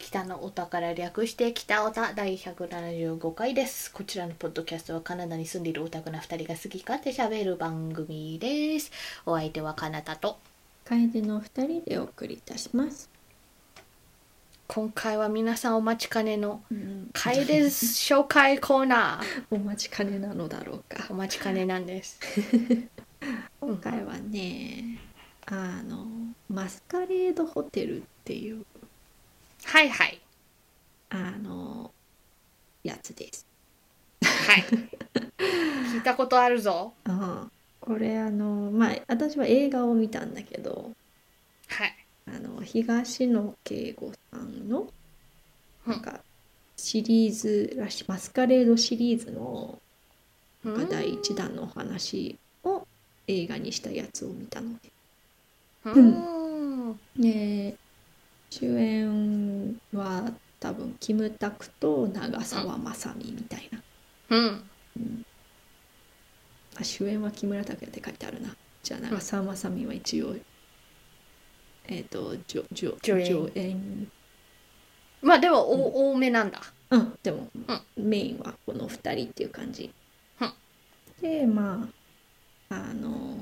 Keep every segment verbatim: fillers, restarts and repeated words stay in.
北のおたから略して北おただいひゃくななじゅうごかいです。こちらのポッドキャストはカナダに住んでいるオタクなふたりが好き勝手喋る番組です。お相手はカナダと楓のふたりでお送りいたします。 今回は皆さんお待ちかねのうん楓紹介コーナーお待ちかねなのだろうか。 お待ちかねなんです。 今回はね、あのマスカレードホテルっていうはいはいあのやつです。 はい聞いたことあるぞ。 あこれあのまあ私は映画を見たんだけど、 はいあの東野圭吾さんのうんなんかシリーズらしいマスカレードシリーズのなんかだいいちだんのお話を映画にしたやつを見たので、 うーんで主演は多分キムタクと長澤まさみみたいな、 うんうんあ主演は木村拓哉って書いてあるな。じゃあ長澤まさみは一応、えっ、と助助助演助演まあでもお多めなんだ。 うんでも、 うメインはこのふたりっていう感じ、 うんでまああの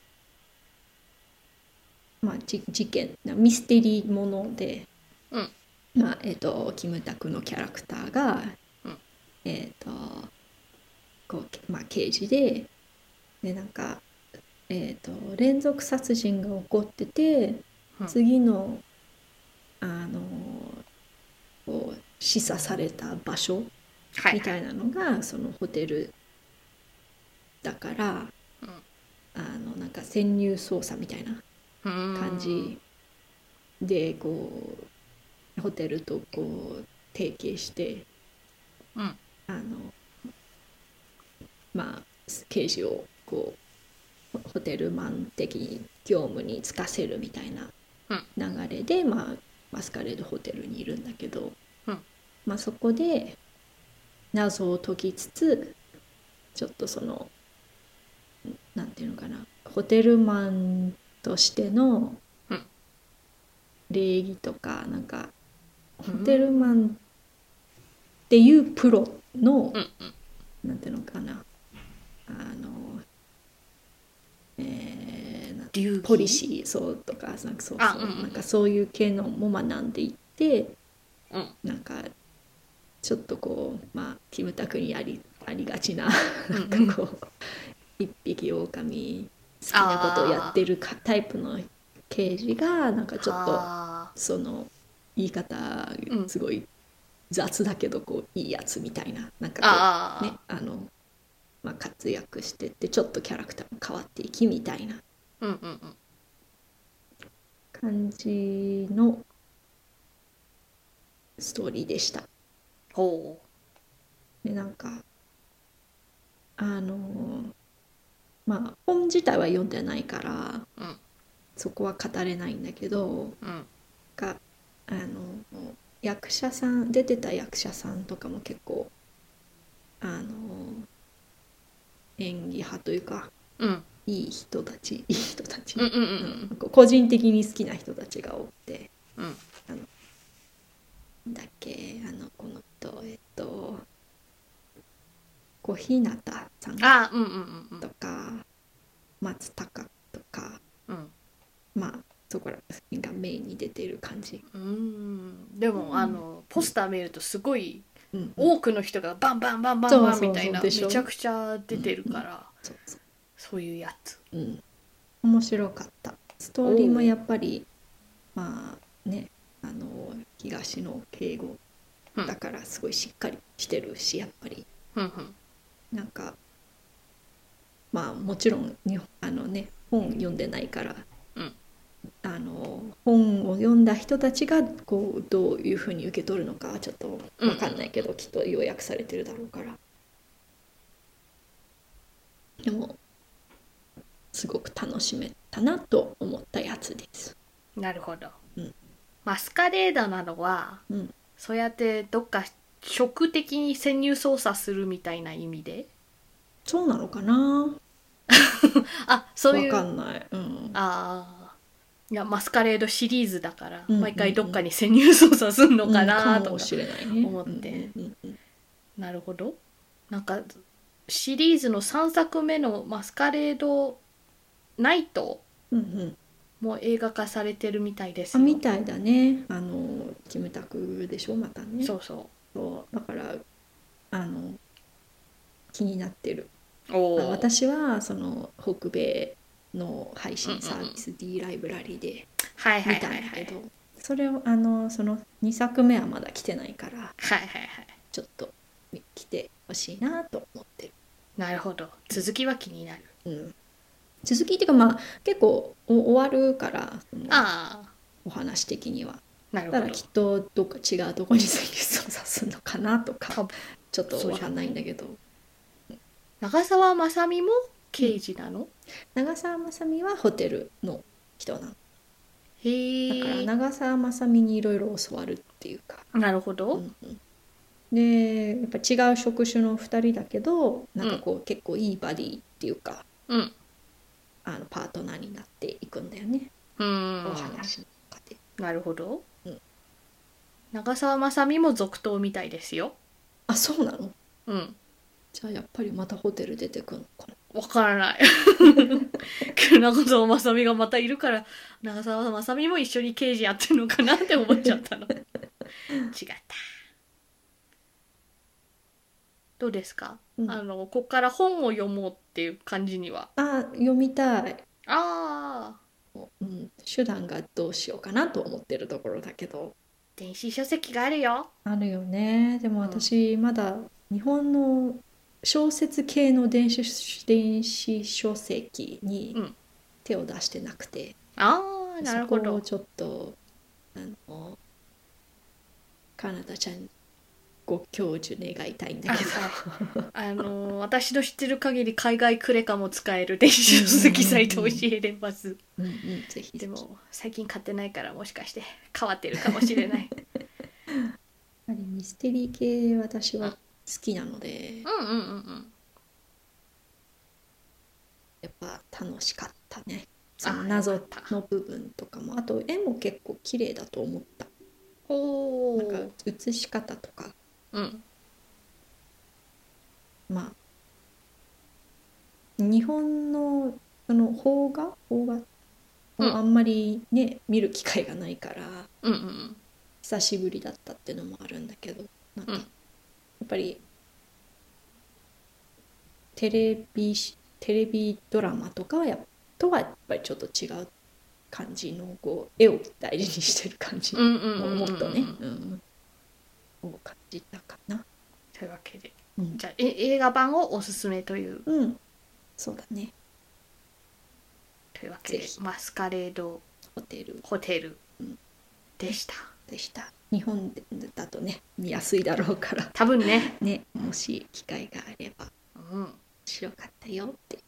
まあじ事件ミステリーもので、 うんまあえっ、とキムタクのキャラクターが、 うんえっ、とこう、まあ、刑事ででなんか、えー、と連続殺人が起こってて、 うん次の、あのこう示唆された場所はいみたいなのがそのホテルだから、 うんあのなんか潜入捜査みたいな感じでこうホテルとこう提携して、 うんあのまあ刑事をこうホテルマン的に業務に就かせるみたいな流れで、まあ、マスカレードホテルにいるんだけど、 うんまあ、そこで謎を解きつつちょっとそのなんていうのかなホテルマンとしてのうん礼儀とかなんかホテルマンっていうプロの、 うんなんていうのかなあのえーな流儀ポリシーそうとかなんかそうそう、 あうんうんなんかそういう系のも学んでいってうんなんかちょっとこうまあキムタクにありありがちなうんなんかこう一匹狼好きなことをやってるかタイプの刑事がなんかちょっとあその言い方うんすごい雑だけどこういいやつみたいななんかこあうねあの、まあ、活躍してってちょっとキャラクターも変わっていきみたいなうんうんうん感じのストーリーでした。 ほでなんかあのまあ本自体は読んでないからうんそこは語れないんだけどうんがあの役者さん出てた役者さんとかも結構あの演技派というかうんいい人たちいい人たち、 うんうんうんうん個人的に好きな人たちが多くてうんあのだっけあのこの人えっと小日向さんあうんうんうんうんとか松たかとかうんまあそこら辺がメインに出てる感じ、 うんでも、 うんあのポスター見るとすごいうんうん、 多くの人がバンバンバンバンバンそうそうそうみたいなめでしょちゃくちゃ出てるからそうそうそういうやつうん面白かった。ストーリーもやっぱりまあねあの東の敬語だからすごいしっかりしてるしやっぱりうんうんなんかまあもちろんにあのね本読んでないから、 うんあの本を読んだ人たちがこうどういうふうに受け取るのかはちょっと分かんないけど、きっと要約されてるだろうからでもすごく楽しめたなと思ったやつです。 なるほど、 うんマスカレードなどは、 うん、 そうやってどっか職的に潜入捜査するみたいな意味でそうなのかなあそういうわかんない、うん、 あいやマスカレードシリーズだから、 うんうんうん毎回どっかに潜入捜査するのかなうんかもとかしれないね思って、 うんうんうんなるほど。なんかシリーズのさんさくめのマスカレードナイトうんうんも映画化されてるみたいですあよ。 みたいだね。あのキムタクでしょまたね。 そうそそうだからあの気になってる。 う。おまあお。 私はその北米の配信サうんうんうんービス D ライブラリではいはい見たんはいはい。 だけど、それをあのそのにさくめはまだ来てないからはいはいはい。 ちょっと来てほしいなと思ってる。 なるほど。続きは気になる。 うん、続きっていうかまあ結構お終わるからそのああ、 お話的には。 なるほど。 だからきっとどっか違うとこに潜入捜査するのかなとか多分ちょっとわかんないんだけど、 長澤まさみも刑事なの？ 長澤まさみはホテルの人なの。 へだからえ。 長澤まさみにいろいろ教わるっていうか、 なるほど。 うんうん、でやっぱ違う職種のふたりだけどなんかこう、結構いいバディっていうかうん。 あのパートナーになっていくんだよね、 うーん。 お話の中で。 なるほど。 うん長澤まさみも続投みたいですよ。 あ、そうなの？ うん。 じゃあやっぱりまたホテル出てくるのかな。 わからない。けど長澤まさみがまたいるから長澤まさみも一緒に刑事やってるのかなって思っちゃったの。違った。どうですか？ うんあのこっから本を読もうっていう感じには。 あ、読みたい。 ああ。 うん、手段がどうしようかなと思ってるところだけど。 電子書籍があるよ。 あるよね。でもうん私まだ日本の小説系の電子電子書籍にうん手を出してなくて、 ああ、なるそほど。 こをちょっとあのカナダちゃんにご教授願いたいんだけど。 あのー私の知ってる限り海外クレカも使える電子書籍サイト教えれます。 うんうん、ぜひぜひ。 でも最近買ってないからもしかして変わってるかもしれない。 やっぱりミステリー系私は好きなので、 うんうんうんうん。 やっぱ楽しかったね。そのあ謎よかったの部分とかも、あと絵も結構綺麗だと思った。 おなんかー。 写し方とか、 うんまあ日本のその邦画邦画をうんあんまりね、見る機会がないからうんうん久しぶりだったっていうのもあるんだけど、なんかうんやっぱりテレビしテレビドラマとかはやとはやっぱりちょっと違う感じのこう絵を大事にしてる感じうんうんうんうんうんももっとね、うんを感じたかな。 というわけでうん、 じゃあえ映画版をおすすめといううん、そうだね。 というわけでぜひマスカレードホテルホテルうんでした。 でした。日本だとね見やすいだろうから多分ね。 ね、もし機会があればうん。 面白かったよです。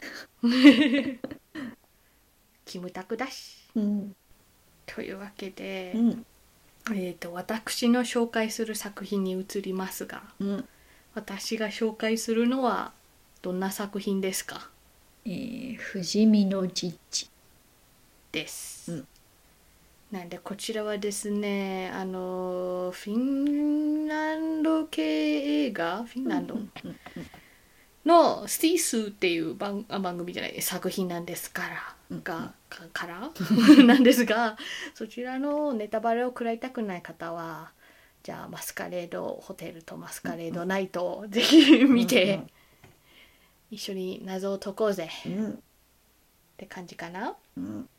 キムタクだし。 うん、 というわけで、 うん、 えー、と私の紹介する作品に移りますが、 うん、 私が紹介するのはどんな作品ですか？ えー、不死身の実地です、 うんなんでこちらはですね、あのフィンランド系映画フィンランドうんうんのスティースーっていう番あ番組じゃない作品なんですからうんがかからなんですが、そちらのネタバレを食らいたくない方はじゃあマスカレードホテルとマスカレードナイトをぜひ見て一緒に謎を解こうぜうんって感じかな。 うん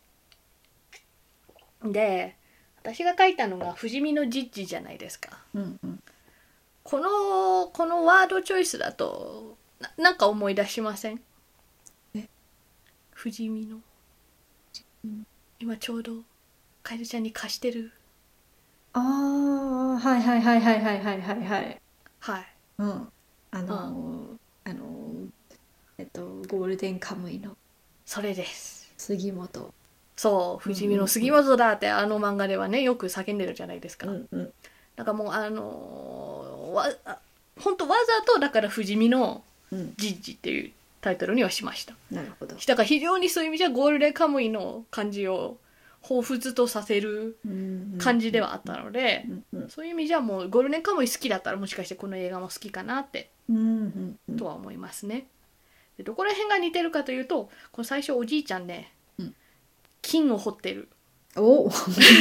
で私が書いたのが不死身の実地じゃないですか。 うんうんこのこのワードチョイスだと な, なんか思い出しません？ え不死身の、 うん、 今ちょうどカエルちゃんに貸してる。 ああはいはいはいはいはいはいはいはいはい。 うんあのー、あのー、えっとゴールデンカムイのそれです。 杉本。 そう不死身の杉本だってあの漫画ではねよく叫んでるじゃないですか。 うんうんなんかもうあのー、わ本当わざとだから不死身のうん実地っていうタイトルにはしました。 なるほど。 だから非常にそういう意味じゃゴールデンカムイの感じを彷彿とさせる感じではあったので、 うんうん、 そういう意味じゃもうゴールデンカムイ好きだったらもしかしてこの映画も好きかなって、 うんうんうん、 とは思いますね。でどこら辺が似てるかというと、この最初おじいちゃんね、うん、金を掘ってる。 おゴ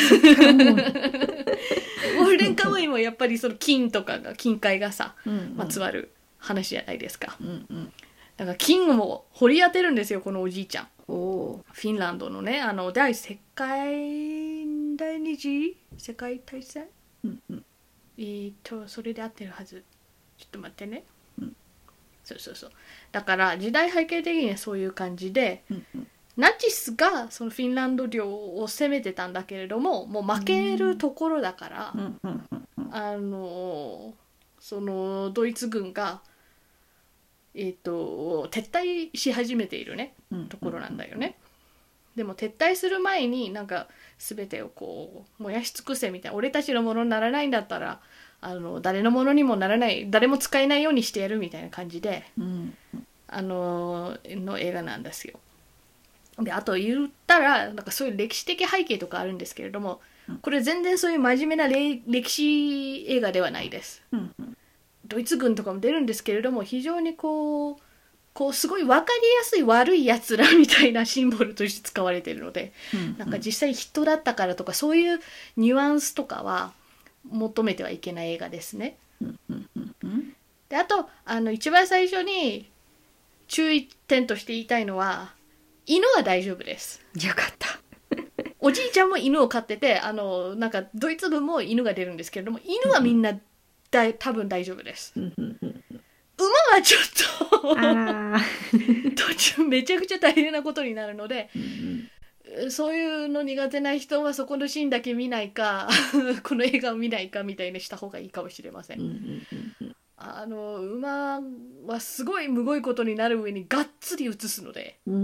ールデンカムイもやっぱりその金とかが金塊がさ、うんうん、まつわる話じゃないですか、うんうん、だから金を掘り当てるんですよこのおじいちゃん。おフィンランドのね、あの第世界第二次世界大戦、うんうん、えー、っとそれで合ってるはず。ちょっと待ってね、うん、そうそうそう。だから時代背景的にはそういう感じで、うんうん、ナチスがそのフィンランド領を攻めてたんだけれども、もう負けるところだから、うんうんうんうん、あのそのドイツ軍がえー、と撤退し始めているね、うん、ところなんだよね、うん、でも撤退する前になんか全てをこう燃やし尽くせみたいな、俺たちのものにならないんだったらあの誰のものにもならない、誰も使えないようにしてやるみたいな感じで、うん、あのの映画なんですよ。であと言ったらなんかそういう歴史的背景とかあるんですけれども、これ全然そういう真面目な歴史映画ではないです、うんうん、ドイツ軍とかも出るんですけれども、非常にこう、こうすごい分かりやすい悪いやつらみたいなシンボルとして使われているので、うんうん、なんか実際人だったからとかそういうニュアンスとかは求めてはいけない映画ですね、うんうんうんうん、であとあの一番最初に注意点として言いたいのは、犬は大丈夫です。 よかったおじいちゃんも犬を飼ってて、あのなんかドイツ軍も犬が出るんですけれども、犬はみんな、うんだ多分大丈夫です。馬はちょっと途中めちゃくちゃ大変なことになるので、うん、そういうの苦手な人はそこのシーンだけ見ないかこの映画を見ないかみたいにした方がいいかもしれません。あの馬はすごいむごいことになる上にがっつり映すので、うん、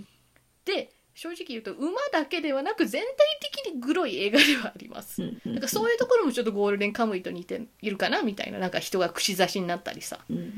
で正直言うと馬だけではなく全体的にグロい映画ではあります、うんうんうん、だからそういうところもちょっとゴールデンカムイと似ているかなみたいな、なんか人が串刺しになったりさ、うんうんうん、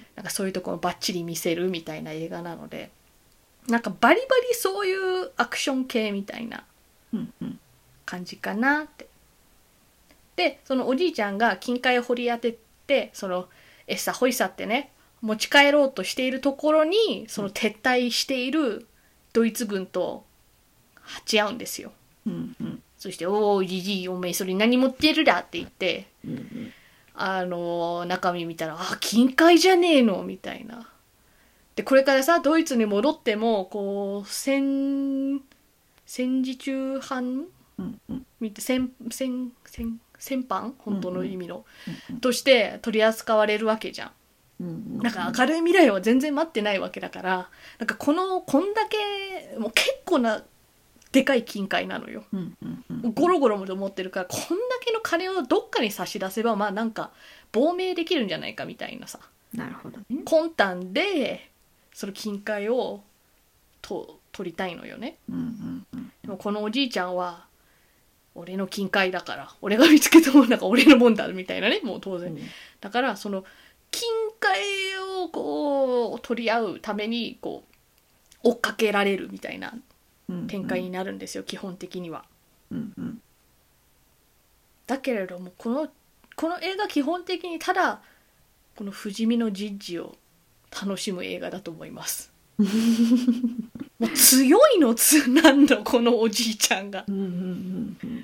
なんかそういうところをバッチリ見せるみたいな映画なので、なんかバリバリそういうアクション系みたいな感じかなって。でそのおじいちゃんが金塊を掘り当てて、そのエッサホイサってね持ち帰ろうとしているところに、その撤退しているドイツ軍と鉢合うんですよ、うんうん、そしておおじじいおめえそれ何持ってるだって言って、うんうん、あの中身見たらあ金塊じゃねえのみたいな。でこれからさドイツに戻ってもこう戦戦時中犯、うんうん、見て戦戦戦戦犯本当の意味の、うんうん、として取り扱われるわけじゃん。なんか明るい未来は全然待ってないわけだから、なんかこのこんだけもう結構なでかい金塊なのよ、うんうんうん、ゴロゴロも持ってるから、こんだけの金をどっかに差し出せばまあなんか亡命できるんじゃないかみたいなさ、 なるほどね、 魂胆でその金塊をと取りたいのよね、うんうんうん、でもこのおじいちゃんは俺の金塊だから俺が見つけたもんだから俺のもんだみたいなね、もう当然、うん、だからその金塊をこう取り合うためにこう追っかけられるみたいな展開になるんですよ、うんうん、基本的には、うんうん、だけれどもこのこの映画基本的にただこの不死身のジッジを楽しむ映画だと思いますもう強いのつなんだこのおじいちゃんが、うんうんうん、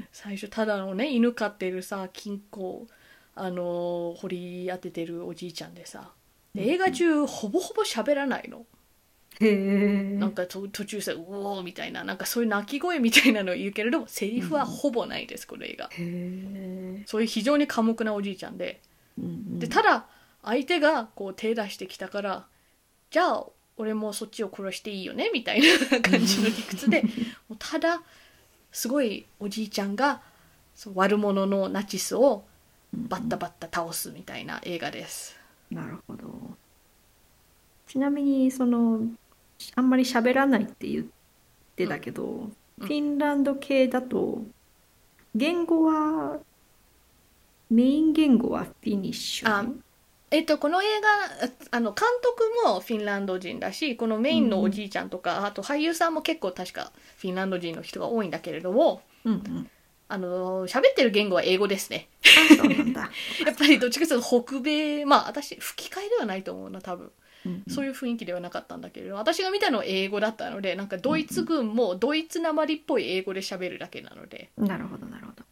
最初ただのね犬飼ってるさ金庫あの掘り当ててるおじいちゃんでさ、で映画中ほぼほぼ喋らないの。へなんか途中さうおーみたいななんかそういう鳴き声みたいなのを言うけれどもセリフはほぼないです、この映画。へそういう非常に寡黙なおじいちゃんで、うんうん、でただ相手がこう手出してきたからじゃあ俺もそっちを殺していいよねみたいな感じの理屈でもうただすごいおじいちゃんがそう悪者のナチスをバッタバッタ倒すみたいな映画です。 なるほど。ちなみにそのあんまり喋らないって言ってたけど、うん、フィンランド系だと言語はメイン言語はフィニッシュ。 あえっと、この映画あの監督もフィンランド人だし、このメインのおじいちゃんとか、うん、あと俳優さんも結構確かフィンランド人の人が多いんだけれども、うんうん、あの喋ってる言語は英語ですね。 あ、そうなんだやっぱりどっちかというと北米、まあ私吹き替えではないと思うな多分、うんうん、そういう雰囲気ではなかったんだけれど、私が見たのは英語だったので、なんかドイツ軍もドイツなまりっぽい英語で喋るだけなので、 うんうん、なるほどなるほど。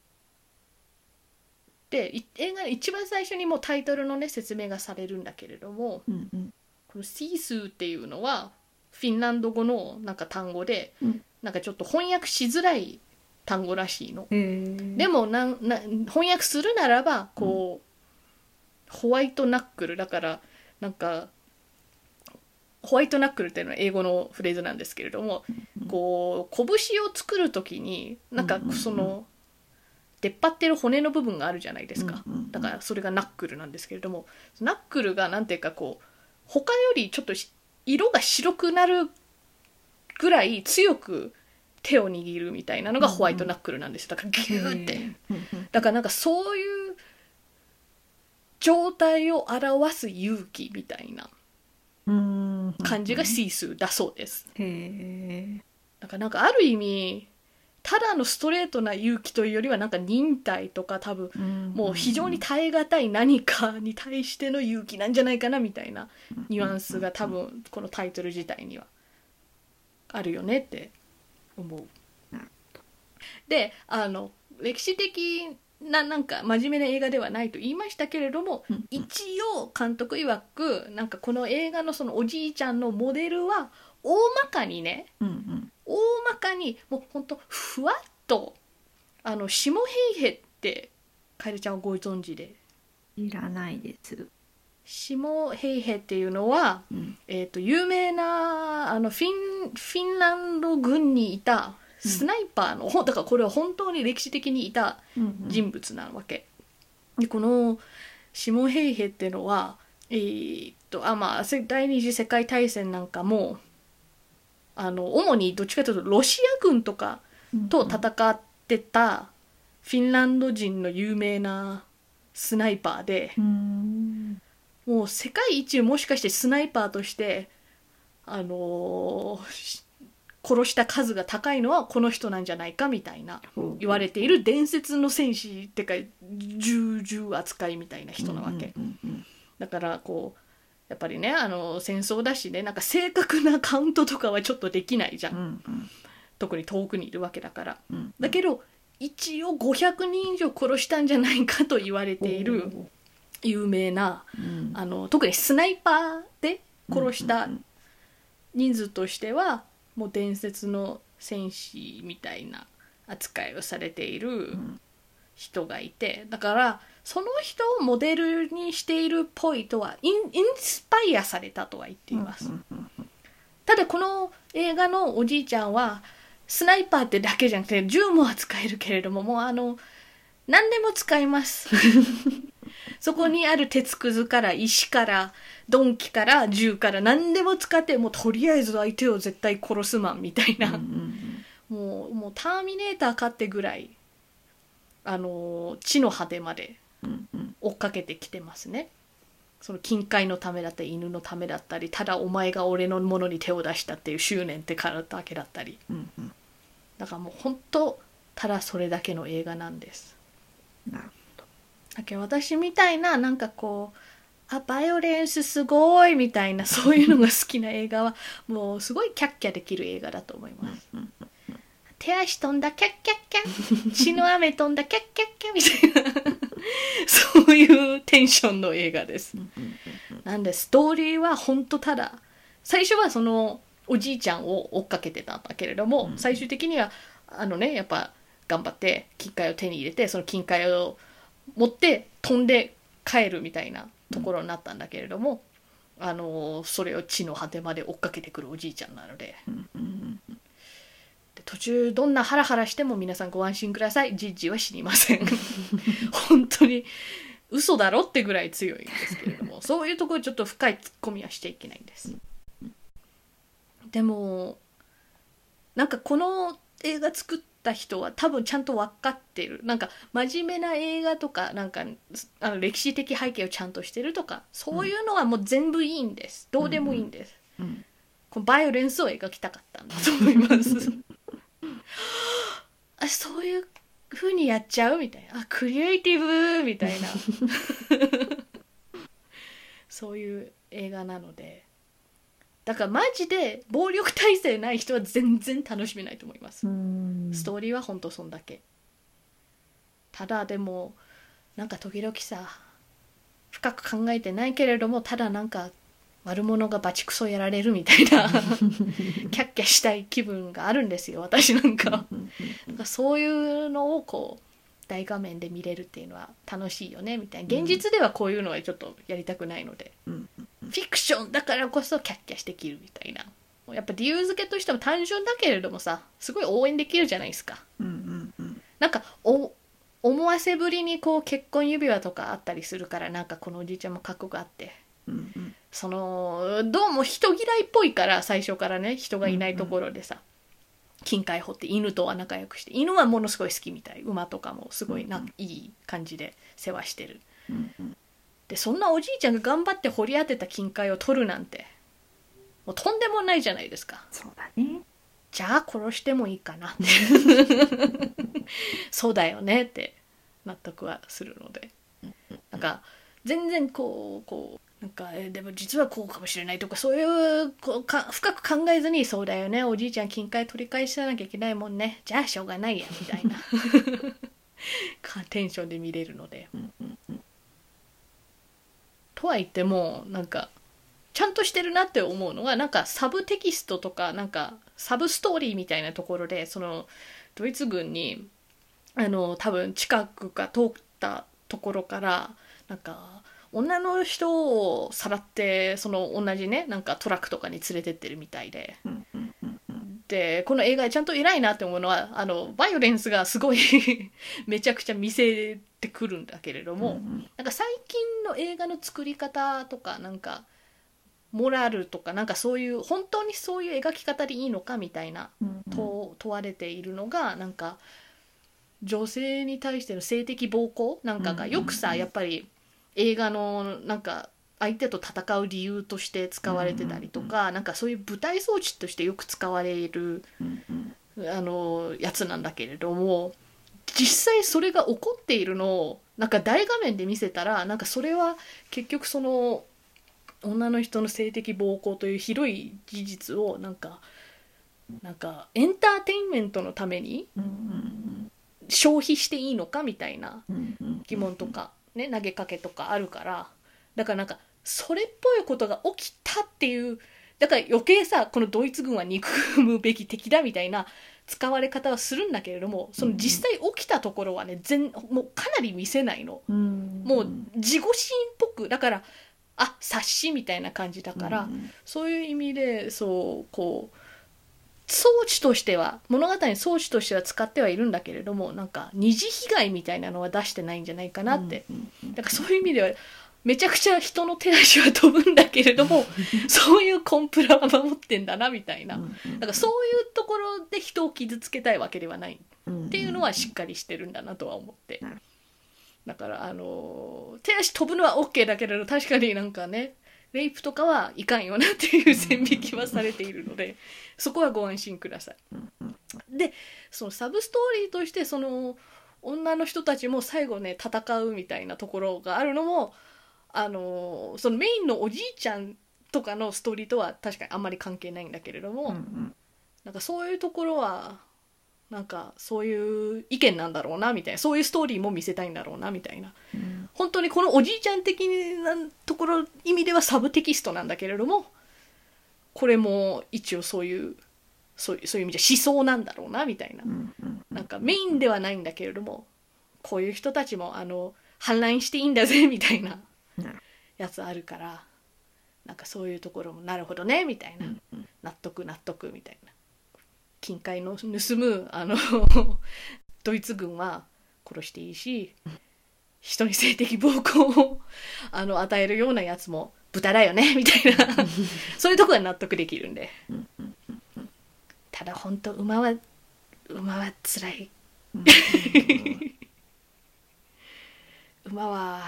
で映画の一番最初にもうタイトルのね説明がされるんだけれども、うんうん、このシースーっていうのはフィンランド語のなんか単語で、うん、なんかちょっと翻訳しづらい単語らしいの。でもなな翻訳するならばこう、うん、ホワイトナックルだからなんかホワイトナックルっていうのは英語のフレーズなんですけれども、うん、こう拳を作る時になんかその、うんうんうん、出っ張ってる骨の部分があるじゃないですか、うんうんうん、だからそれがナックルなんですけれども、ナックルがなんていうかこう他よりちょっと色が白くなるぐらい強く手を握るみたいなのがホワイトナックルなんです。だからギューって、だからなんかそういう状態を表す勇気みたいな感じがシースーだそうです。へー。だからなんかある意味ただのストレートな勇気というよりはなんか忍耐とか多分もう非常に耐え難い何かに対しての勇気なんじゃないかなみたいなニュアンスが多分このタイトル自体にはあるよねって思う。で、あの歴史的ななんか真面目な映画ではないと言いましたけれども、一応監督曰くなんかこの映画のそのおじいちゃんのモデルは大まかにね、うんうん、大まかにもうほんとふわっとあの下平平ってカエルちゃんはご存知で？ いらないです。 下平平っていうのは、うん、えーと、有名なあのフィン、フィンランド軍にいたスナイパーの、うん、だからこれは本当に歴史的にいた人物なわけ、うんうん、でこの下平平っていうのはえー、っとあまあ第二次世界大戦なんかもあの主にどっちかというとロシア軍とかと戦ってたフィンランド人の有名なスナイパーで、うん、もう世界一もしかしてスナイパーとしてあのー、殺した数が高いのはこの人なんじゃないかみたいな言われている伝説の戦士ってか従従扱いみたいな人なわけ、うんうんうん、だからこうやっぱりねあの戦争だしねなんか正確なカウントとかはちょっとできないじゃん、うんうん、特に遠くにいるわけだから、うんうん、だけど一応ごひゃくにん以上殺したんじゃないかと言われている有名な、うん、あの特にスナイパーで殺した人数としてはもう伝説の戦士みたいな扱いをされている人がいて、だからその人をモデルにしているっぽいとはイン、インスパイアされたとは言っています。ただこの映画のおじいちゃんはスナイパーってだけじゃなくて銃も扱えるけれども、もうあの何でも使いますそこにある鉄くずから石から鈍器から銃から何でも使ってもうとりあえず相手を絶対殺すマンみたいな、うんうんうん、もう、もうターミネーターかってぐらいあの地の果てまで追っかけてきてますね。その金塊のためだったり犬のためだったりただお前が俺のものに手を出したっていう執念ってからだけだったり、うんうん、だからもう本当ただそれだけの映画なんです。なるほど。だけど私みたいななんかこうあバイオレンスすごいみたいなそういうのが好きな映画はもうすごいキャッキャできる映画だと思います、うんうんうん、手足飛んだキャッキャッキャ血の雨飛んだキャッキャッキャみたいなそういうテンションの映画です、うんうんうんうん、なんでストーリーは本当ただ最初はそのおじいちゃんを追っかけてたんだけれども、うん、最終的にはあのねやっぱ頑張って金塊を手に入れてその金塊を持って飛んで帰るみたいなところになったんだけれども、うん、あのそれを地の果てまで追っかけてくるおじいちゃんなので、うんうんうん、で途中どんなハラハラしても皆さんご安心ください。ジッジは死にません本当に嘘だろってぐらい強いんですけれどもそういうところちょっと深いツッコミはしちゃいけないんです。でもなんかこの映画作ったった人は多分ちゃんと分かってる。なんか真面目な映画とか、なんかあの歴史的背景をちゃんとしてるとか、そういうのはもう全部いいんです。どうでもいいんです。 うんうん、 このバイオレンスを描きたかったんだと思いますあ、そういう風にやっちゃうみたいな、あ、クリエイティブみたいなそういう映画なので、だからマジで暴力体制ない人は全然楽しめないと思います。ストーリーはほんとそんだけ。ただでもなんか時々さ、深く考えてないけれども、ただなんか悪者がバチクソやられるみたいなキャッキャしたい気分があるんですよ、私なんか。なんかそういうのをこう大画面で見れるっていうのは楽しいよねみたいな。現実ではこういうのはちょっとやりたくないので、フィクションだからこそキャッキャしてきるみたいな。やっぱ理由付けとしても単純だけれどもさ、すごい応援できるじゃないですか。なんかお思わせぶりにこう結婚指輪とかあったりするから、なんかこのおじいちゃんも覚悟があって、そのどうも人嫌いっぽいから、最初からね、人がいないところでさ、金塊掘って犬とは仲良くして、犬はものすごい好きみたい、馬とかもすごいな、いい感じで世話してる。でそんなおじいちゃんが頑張って掘り当てた金塊を取るなんてもうとんでもないじゃないですか。 そうだね。 じゃあ殺してもいいかなってそうだよねって納得はするので、なんか全然こうこうなんかえでも実はこうかもしれないとか、そういうこうか深く考えずに、そうだよね、おじいちゃん金塊取り返さなきゃいけないもんね、じゃあしょうがないやみたいなテンションで見れるので、とは言ってもなんかちゃんとしてるなって思うのが、なんかサブテキストとかなんかサブストーリーみたいなところで、そのドイツ軍にあの多分近くか通ったところからなんか女の人をさらって、その同じねなんかトラックとかに連れてってるみたいで、でこの映画ちゃんと偉いなって思うのは、あのバイオレンスがすごいめちゃくちゃ見せてくるんだけれども、なんか最近の映画の作り方とか、なんかモラルとか、なんかそういう本当にそういう描き方でいいのかみたいな、と問われているのが、なんか女性に対しての性的暴行なんかがよくさ、やっぱり映画のなんか相手と戦う理由として使われてたりとか、なんかそういう舞台装置としてよく使われるあのやつなんだけれども、実際それが起こっているのをなんか大画面で見せたら、なんかそれは結局その女の人の性的暴行という広い事実をなんかなんかエンターテインメントのために消費していいのかみたいな疑問とかね、投げかけとかあるから、だからなんかそれっぽいことが起きたっていう、だから余計さ、このドイツ軍は憎むべき敵だみたいな使われ方はするんだけれども、その実際起きたところはね、全もうかなり見せないの、もう自己心っぽく、だからあ察しみたいな感じだから、そういう意味でそうこう装置としては、物語の装置としては使ってはいるんだけれども、なんか二次被害みたいなのは出してないんじゃないかなって、だからそういう意味ではめちゃくちゃ人の手足は飛ぶんだけれどもそういうコンプラは守ってんだなみたいな、だからそういうところで人を傷つけたいわけではないっていうのはしっかりしてるんだなとは思って、だからあの手足飛ぶのは OK だけれど、確かになんかねレイプとかはいかんよなっていう線引きはされているので、そこはご安心ください。でそのサブストーリーとして、その女の人たちも最後ね戦うみたいなところがあるのも、あのそのメインのおじいちゃんとかのストーリーとは確かにあんまり関係ないんだけれども、なんかそういうところはなんかそういう意見なんだろうなみたいな、そういうストーリーも見せたいんだろうなみたいな、うん、本当にこのおじいちゃん的なところ意味ではサブテキストなんだけれども、これも一応そういうそういう、そういう意味で思想なんだろうなみたいな、うんうん、なんかメインではないんだけれども、こういう人たちもあの反乱していいんだぜみたいなやつあるから、なんかそういうところもなるほどねみたいな、うんうん、納得納得みたいな。金塊の盗むあのドイツ軍は殺していいし、人に性的暴行をあの与えるようなやつも豚だよねみたいなそういうところは納得できるんで、ただ本当馬は馬はつらい、 うん馬は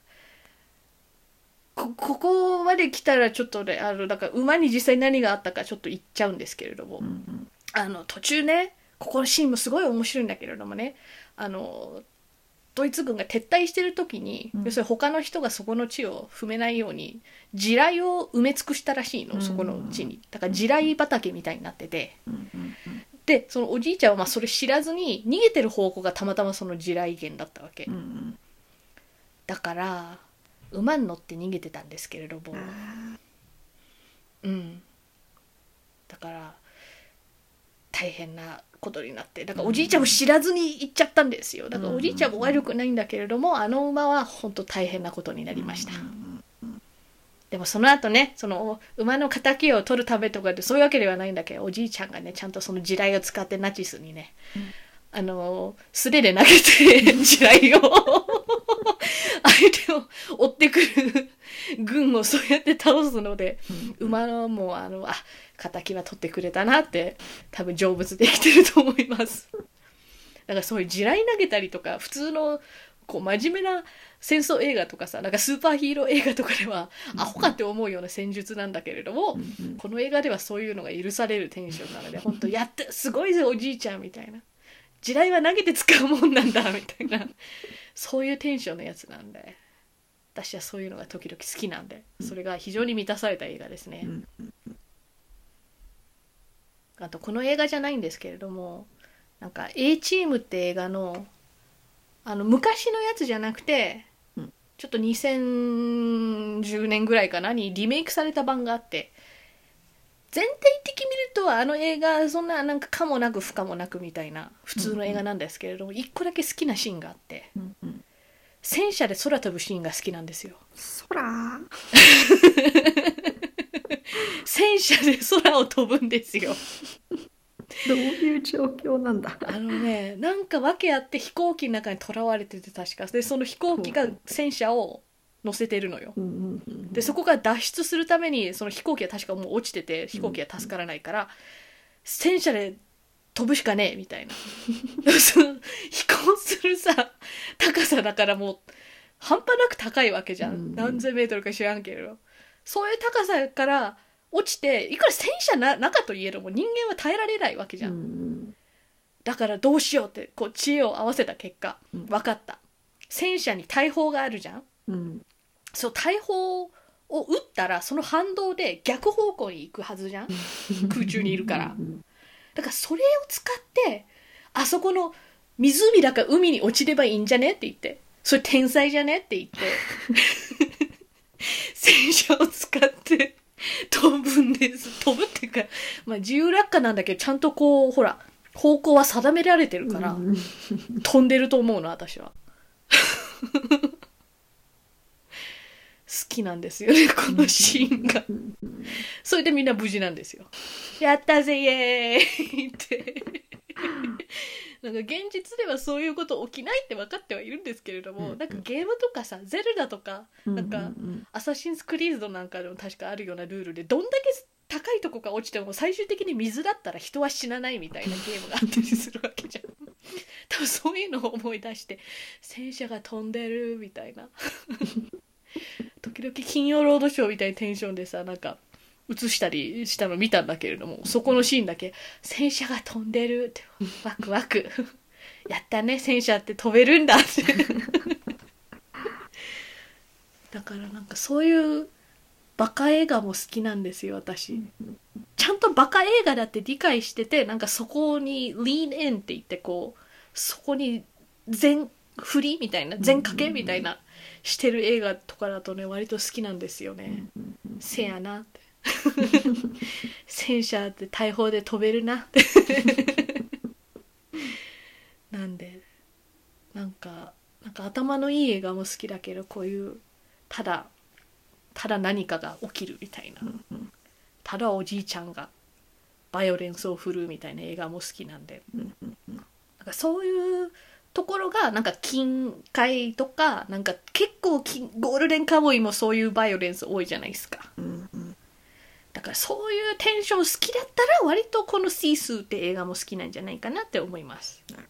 こ, ここまで来たらちょっとね、あのだから馬に実際何があったかちょっと言っちゃうんですけれども、 うんうん、 あの途中ね、ここのシーンもすごい面白いんだけれどもね、あのドイツ軍が撤退してる時に、うん、要するに他の人がそこの地を踏めないように地雷を埋め尽くしたらしいの、そこの地に。だから地雷畑みたいになってて、うんうんうん、でそのおじいちゃんはまあそれ知らずに逃げてる方向がたまたまその地雷原だったわけ、うんうん、だから馬に乗って逃げてたんですけれども、うん、だから大変なことになって、だからおじいちゃんも知らずに行っちゃったんですよ。だからおじいちゃんも悪くないんだけれども、あの馬は本当大変なことになりました。でもその後ね、その馬の仇を取るためとかでそういうわけではないんだけど、おじいちゃんがねちゃんとその地雷を使ってナチスにね、うん、あの素手で投げて地雷を相手を追ってくる軍をそうやって倒すので、うん、馬のもうあのあ仇は取ってくれたなって多分成仏できてると思います。だからそういう地雷投げたりとか普通のこう真面目な戦争映画とかさ、なんかスーパーヒーロー映画とかでは、うん、アホかって思うような戦術なんだけれども、うん、この映画ではそういうのが許されるテンションなので、本当やってすごいぜおじいちゃんみたいな、地雷は投げて使うもんなんだみたいなそういうテンションのやつなんで、私はそういうのが時々好きなんで、それが非常に満たされた映画ですね。あとこの映画じゃないんですけれども、なんか A チームって映画のあの昔のやつじゃなくて、うん、ちょっとにせんじゅうねんぐらいかなにリメイクされた版があって、全体的に見るとあの映画そんななんか可もなく不可もなくみたいな普通の映画なんですけれども、一個だけ好きなシーンがあって、うんうん、戦車で空飛ぶシーンが好きなんですよ。 空戦車で空を飛ぶんですよ。 どういう状況なんだ。 あのね、なんか訳あって飛行機の中に囚われてて、確かでその飛行機が戦車を乗せてるのよ。でそこから脱出するためにその飛行機は確かもう落ちてて、飛行機は助からないから戦車で飛ぶしかねえみたいなその飛行するさ高さだからもう半端なく高いわけじゃん、何千メートルか知らんけれど、そういう高さから落ちて、いくら戦車な中といえども人間は耐えられないわけじゃん、うん、だからどうしようってこう知恵を合わせた結果、うん、分かった、戦車に大砲があるじゃん、うん、そう大砲を撃ったらその反動で逆方向に行くはずじゃん空中にいるから、だからそれを使ってあそこの湖だから海に落ちればいいんじゃねって言って、それ天才じゃねって言って戦車を使って飛ぶんです。飛ぶっていうか、まあ、自由落下なんだけどちゃんとこうほら方向は定められてるから、うん、飛んでると思うの私は好きなんですよねこのシーンがそれでみんな無事なんですよ。やったぜイエーイってなんか現実ではそういうこと起きないって分かってはいるんですけれども、うん、なんかゲームとかさゼルダとか、うん、なんかアサシンスクリードなんかでも確かあるようなルールで、どんだけ高いとこが落ちても最終的に水だったら人は死なないみたいなゲームがあったりするわけじゃん多分そういうのを思い出して戦車が飛んでるみたいな時々金曜ロードショーみたいなテンションでさなんか映したりしたの見たんだけれども、そこのシーンだけ戦車が飛んでるってワクワクやったね戦車って飛べるんだってだからなんかそういうバカ映画も好きなんですよ私。ちゃんとバカ映画だって理解してて、なんかそこに lean in って言ってこうそこに全振りみたいな全掛けみたいなしてる映画とかだとね割と好きなんですよね。せやなって戦車って大砲で飛べるなってなんでなんかなんか頭のいい映画も好きだけど、こういうただただ何かが起きるみたいな、うんうん、ただおじいちゃんがバイオレンスを振るうみたいな映画も好きなんで、うんうんうん、なんかそういうところがなんか近海とかなんか結構ゴールデンカムイもそういうバイオレンス多いじゃないですか、うんうん、だかかそういうテンション好きだったら割とこのシースーって映画も好きなんじゃないかなって思います。だ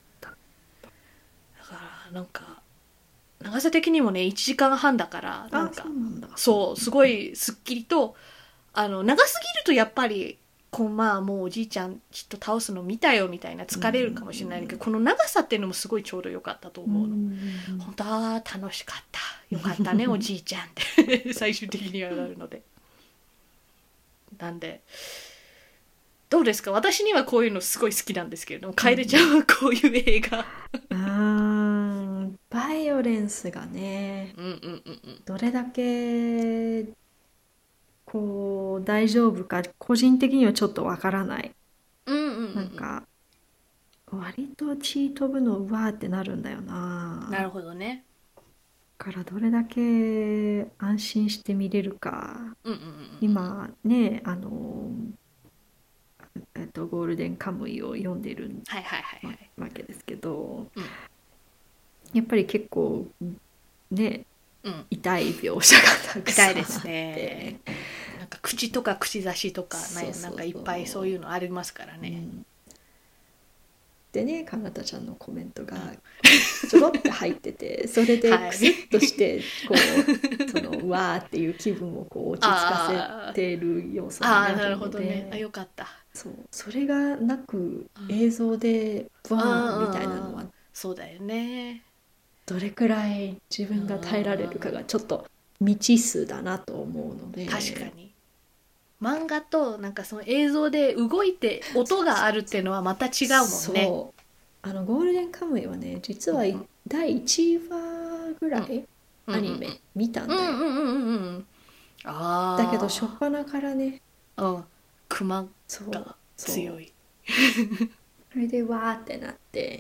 からなんか長さ的にもねいちじかんはんだからなんかそうなんだ。 そうすごいすっきりと、あの長すぎるとやっぱりこうまあもうおじいちゃんきっと倒すの見たよみたいな疲れるかもしれないけど、この長さっていうのもすごいちょうど良かったと思うの。本当は楽しかった、よかったねおじいちゃんって最終的にはなるので、なんでどうですか。私にはこういうのすごい好きなんですけれども、楓ちゃんはこういう映画あーバイオレンスがね、 うんうんうんうんどれだけこう大丈夫か個人的にはちょっとわからない。 うんうんうんなんか割と血飛ぶのうわーってなるんだよな。 なるほどね。 だからどれだけ安心して見れるか。 うんうんうんうん今ね、あのえっとゴールデンカムイを読んでるはいはいはいはいわけですけど、 うんやっぱり結構ねうん痛い描写がたくさんあって、 痛いですね。なんか口とか口差しとかそうそうそうなんかいっぱいそういうのありますからね。 うんでね、かなたちゃんのコメントがちょろって入ってて、それではいクスッとしてこうそのわーっていう気分をこう落ち着かせている要素にああなるなるのほどね。あで、 よかった。 そうそれがなく映像でわーみたいなのはそうだよね。 どれくらい自分が耐えられるかがちょっと未知数だなと思うので、 確かに漫画となんかその映像で動いて音があるっていうのはまた違うもんね。 そうあのゴールデンカムイはね、実はうんだいいちわぐらいうんアニメ見たんだよ。 うんうんうんうんうんああだけど初っ端からね、 うんクマそうがそう強いそれでわーってなって、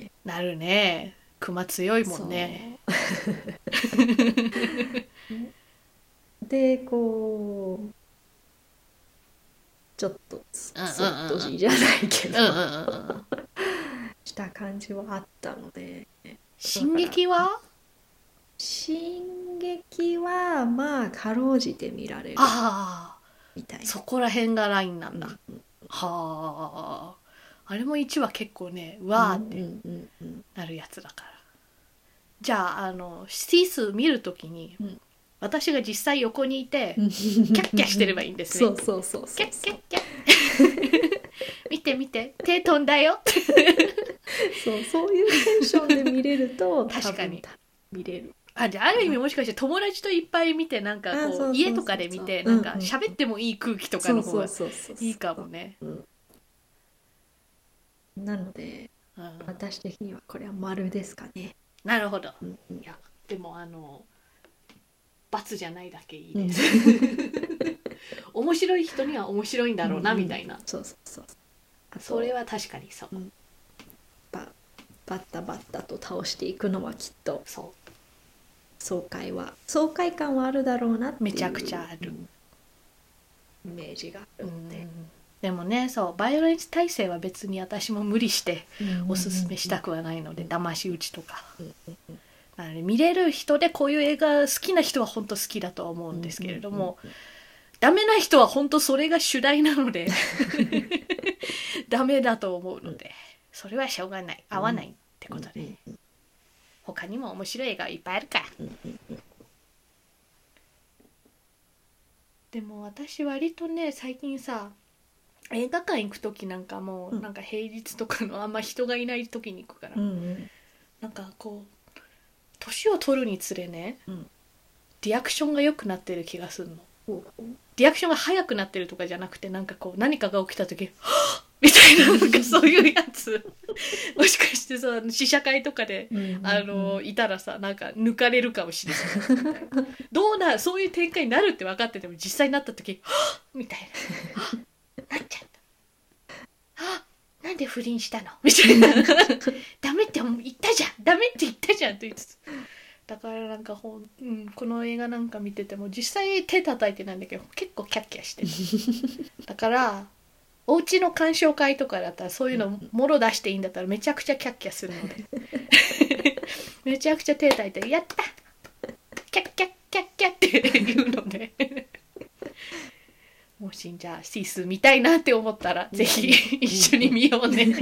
なるね。クマ強いもんね。 そうでこうちょっとスうんうんうんッとじじゃないけどうんうんうんうんした感じはあったので、 進撃は進撃はまあかろうじて見られるあみたいな。 あそこら辺がラインなんだ、 うんうんはああれもいちわ結構ねうわーってうんうんうんなるやつだから、じゃああのシースー見るときに、 うん私が実際横にいて、 うんキャッキャしてればいいんですね。 そうそうそうそうキャッキャッキャッ見て見て手飛んだよそうそういうテンションで見れると確かに多分見れる。 あじゃあある意味もしかして友達といっぱい見てなんかこあそうそうそうそうう家とかで見てなんか喋ってもいい空気とかの方がそうそうそうそういいかもね。 うんなのでうん私的にはこれは丸ですかね。 なるほど。 うんうんいやでもあの罰じゃないだけいいうんです面白い人には面白いんだろうなみたいな、 そうそうそう。あとそれは確かにそう、 うんババッタバッタと倒していくのはきっとそ爽快は爽快感はあるだろうなっていうめちゃくちゃあるうんイメージがあう、 るので、 うんでもねそうバイオレンス耐性は別に私も無理しておすすめしたくはないので、騙し討ちとか、 うんうんうんなので見れる人でこういう映画好きな人は本当好きだとは思うんですけれども、 うんうんダメな人は本当それが主題なのでダメだと思うので、それはしょうがない合わないってことで、 うんうん他にも面白い映画いっぱいあるから。 うんうんうんでも私割とね最近さ映画館行く時なんかもう、 うんなんか平日とかのあんま人がいない時に行くから、 うんうんなんかこう年を取るにつれね、 うんリアクションが良くなってる気がするの。 ほうほうリアクションが速くなってるとかじゃなくて、なんかこう何かが起きた時はぁみたいな、なんかそういうやつもしかしてさ試写会とかで、 うんうんうんあのいたらさなんか抜かれるかもしれないみたいなどうなそういう展開になるって分かってても実際になった時はぁみたいなはぁなっちゃったはぁなんで不倫したのみたいなダメって言ったじゃんダメって言ったじゃんと言いつつ、だからなんかほん、うん、この映画なんか見てても実際手叩いてないんだけど結構キャッキャしてるだからお家の鑑賞会とかだったらそういうのもろ出していいんだったらめちゃくちゃキャッキャするのでめちゃくちゃ手叩いてやったキャッキャッキャッキャッって言うのでもしじゃあシース見たいなって思ったら、ぜひ一緒に見ようね。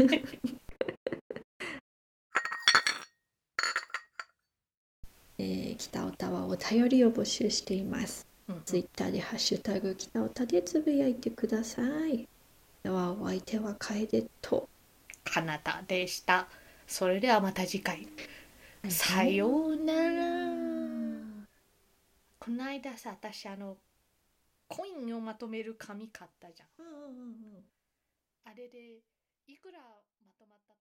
えー、北オタはお便りを募集しています。 うんうん、 ツイッターでハッシュタグ北オタでつぶやいてください。ではお相手は楓とかなたでした。それではまた次回。さようなら。この間さ、私あのコインをまとめる紙買ったじゃん。 うんうんうんうん、 あれでいくらまとまった